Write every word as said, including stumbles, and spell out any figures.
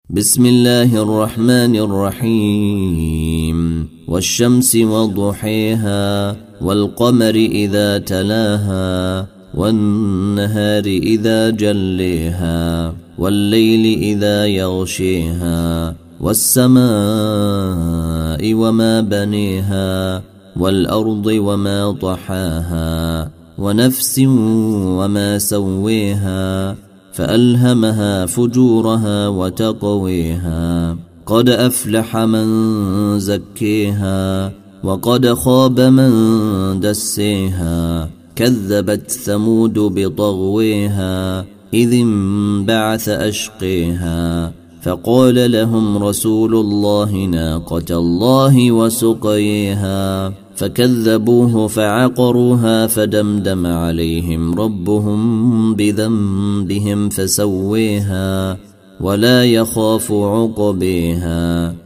بسم الله الرحمن الرحيم والشمس وضحيها والقمر إذا تلاها والنهار إذا جليها والليل إذا يغشيها والسماء وما بنيها والأرض وما طحاها ونفس وما سويها فألهمها فجورها وتقويها قد أفلح من زكيها وقد خاب من دسيها كذبت ثمود بطغويها إذ انبعث أشقيها فقال لهم رسول الله ناقة الله وسقيها فكذبوه فعقروها فدمدم عليهم ربهم بذنبهم فسويها ولا يخاف عقبيها.